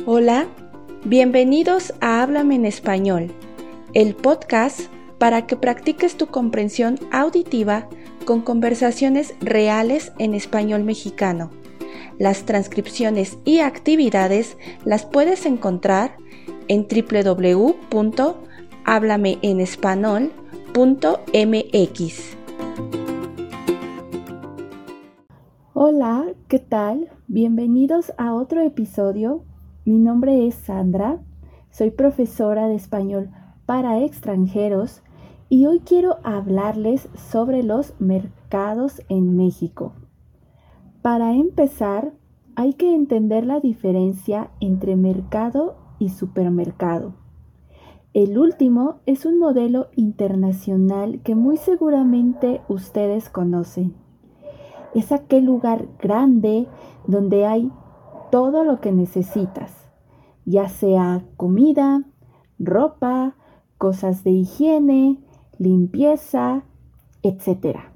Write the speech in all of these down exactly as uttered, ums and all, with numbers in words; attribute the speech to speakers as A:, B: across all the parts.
A: Hola, bienvenidos a Háblame en Español, el podcast para que practiques tu comprensión auditiva con conversaciones reales en español mexicano. Las transcripciones y actividades las puedes encontrar en doble u doble u doble u punto háblame en español punto m x.
B: Hola, ¿qué tal? Bienvenidos a otro episodio. Mi nombre es Sandra, soy profesora de español para extranjeros y hoy quiero hablarles sobre los mercados en México. Para empezar, hay que entender la diferencia entre mercado y supermercado. El último es un modelo internacional que muy seguramente ustedes conocen. Es aquel lugar grande donde hay todo lo que necesitas, ya sea comida, ropa, cosas de higiene, limpieza, etcétera.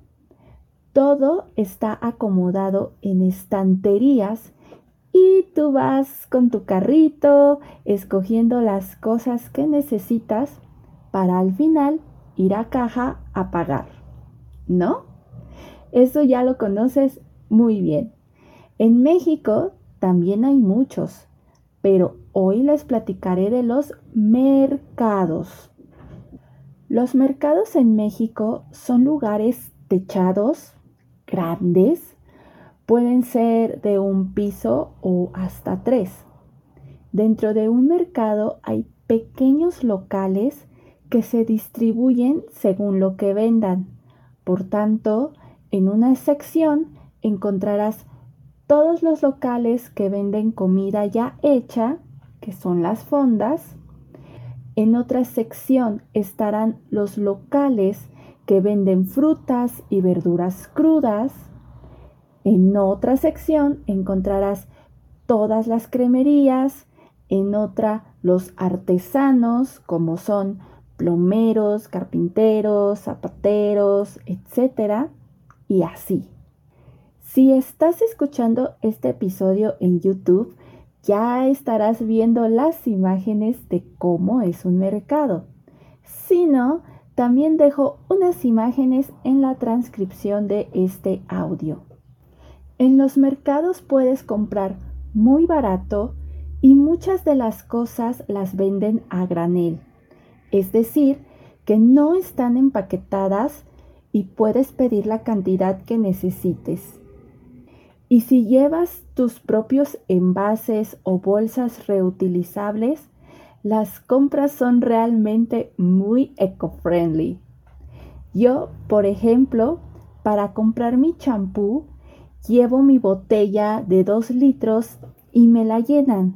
B: Todo está acomodado en estanterías y tú vas con tu carrito escogiendo las cosas que necesitas para al final ir a caja a pagar, ¿no? Eso ya lo conoces muy bien. En México también hay muchos, pero hoy les platicaré de los mercados. Los mercados en México son lugares techados, grandes, pueden ser de un piso o hasta tres. Dentro de un mercado hay pequeños locales que se distribuyen según lo que vendan. Por tanto, en una sección encontrarás todos los locales que venden comida ya hecha, que son las fondas. En otra sección estarán los locales que venden frutas y verduras crudas. En otra sección encontrarás todas las cremerías. En otra, los artesanos, como son plomeros, carpinteros, zapateros, etcétera. Y así. Si estás escuchando este episodio en YouTube, ya estarás viendo las imágenes de cómo es un mercado. Si no, también dejo unas imágenes en la transcripción de este audio. En los mercados puedes comprar muy barato y muchas de las cosas las venden a granel. Es decir, que no están empaquetadas y puedes pedir la cantidad que necesites. Y si llevas tus propios envases o bolsas reutilizables, las compras son realmente muy eco-friendly. Yo, por ejemplo, para comprar mi champú, llevo mi botella de dos litros y me la llenan.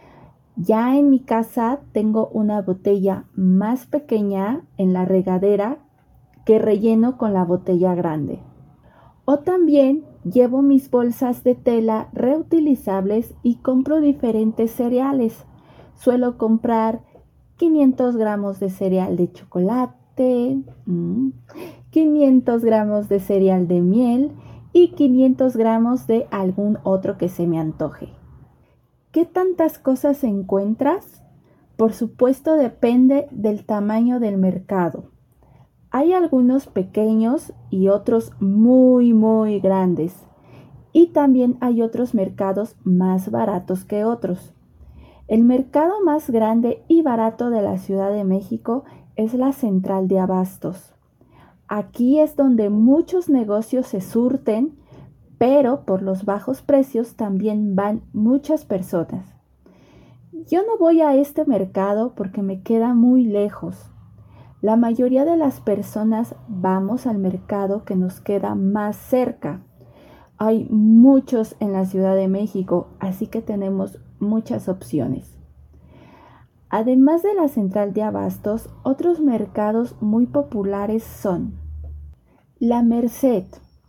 B: Ya en mi casa tengo una botella más pequeña en la regadera que relleno con la botella grande. O también llevo mis bolsas de tela reutilizables y compro diferentes cereales. Suelo comprar quinientos gramos de cereal de chocolate, mmm, quinientos gramos de cereal de miel y quinientos gramos de algún otro que se me antoje. ¿Qué tantas cosas encuentras? Por supuesto depende del tamaño del mercado. Hay algunos pequeños y otros muy, muy grandes. Y también hay otros mercados más baratos que otros. El mercado más grande y barato de la Ciudad de México es la Central de Abastos. Aquí es donde muchos negocios se surten, pero por los bajos precios también van muchas personas. Yo no voy a este mercado porque me queda muy lejos. La mayoría de las personas vamos al mercado que nos queda más cerca. Hay muchos en la Ciudad de México, así que tenemos muchas opciones. Además de la Central de Abastos, otros mercados muy populares son La Merced.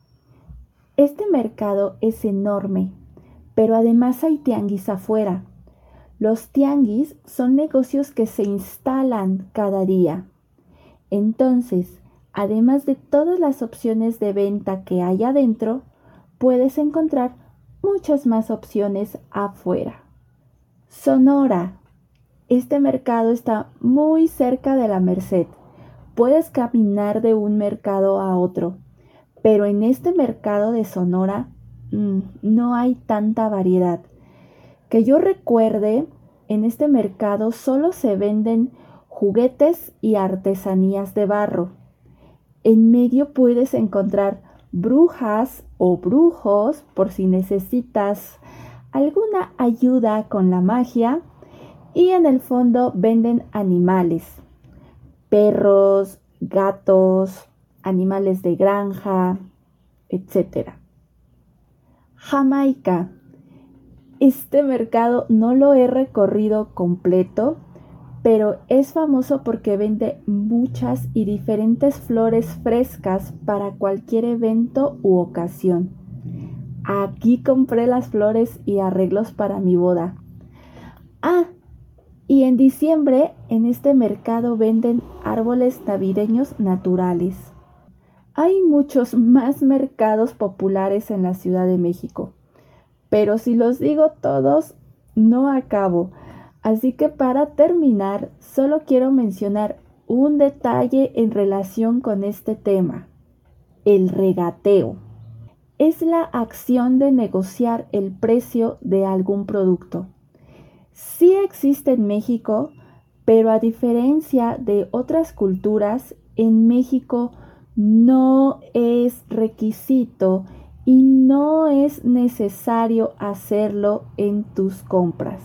B: Este mercado es enorme, pero además hay tianguis afuera. Los tianguis son negocios que se instalan cada día. Entonces, además de todas las opciones de venta que hay adentro, puedes encontrar muchas más opciones afuera. Sonora. Este mercado está muy cerca de la Merced. Puedes caminar de un mercado a otro, pero en este mercado de Sonora mmm, no hay tanta variedad. Que yo recuerde, en este mercado solo se venden juguetes y artesanías de barro. En medio puedes encontrar brujas o brujos por si necesitas alguna ayuda con la magia. Y en el fondo venden animales, perros, gatos, animales de granja, etcétera. Jamaica. Este mercado no lo he recorrido completo, pero es famoso porque vende muchas y diferentes flores frescas para cualquier evento u ocasión. Aquí compré las flores y arreglos para mi boda. Ah, y en diciembre en este mercado venden árboles navideños naturales. Hay muchos más mercados populares en la Ciudad de México, pero si los digo todos, no acabo. Así que para terminar, solo quiero mencionar un detalle en relación con este tema. El regateo. Es la acción de negociar el precio de algún producto. Sí existe en México, pero a diferencia de otras culturas, en México no es requisito y no es necesario hacerlo en tus compras.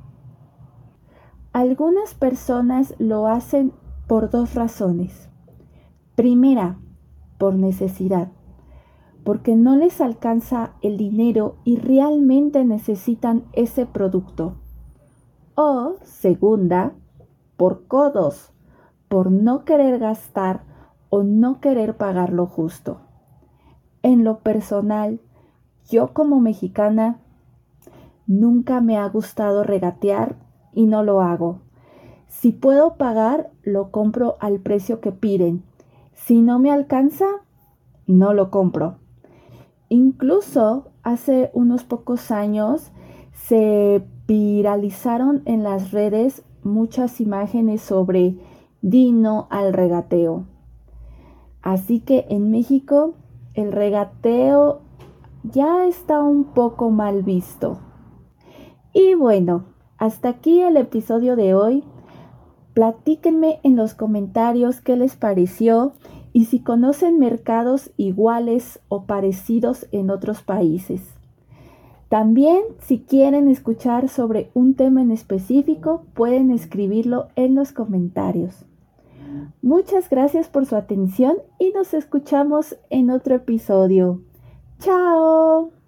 B: Algunas personas lo hacen por dos razones. Primera, por necesidad, porque no les alcanza el dinero y realmente necesitan ese producto. O segunda, por codos, por no querer gastar o no querer pagar lo justo. En lo personal, yo como mexicana, nunca me ha gustado regatear y no lo hago. Si puedo pagar, lo compro al precio que piden. Si no me alcanza, no lo compro. Incluso hace unos pocos años se viralizaron en las redes muchas imágenes sobre Dino al regateo. Así que en México el regateo ya está un poco mal visto. Y bueno, hasta aquí el episodio de hoy. Platíquenme en los comentarios qué les pareció y si conocen mercados iguales o parecidos en otros países. También, si quieren escuchar sobre un tema en específico, pueden escribirlo en los comentarios. Muchas gracias por su atención y nos escuchamos en otro episodio. ¡Chao!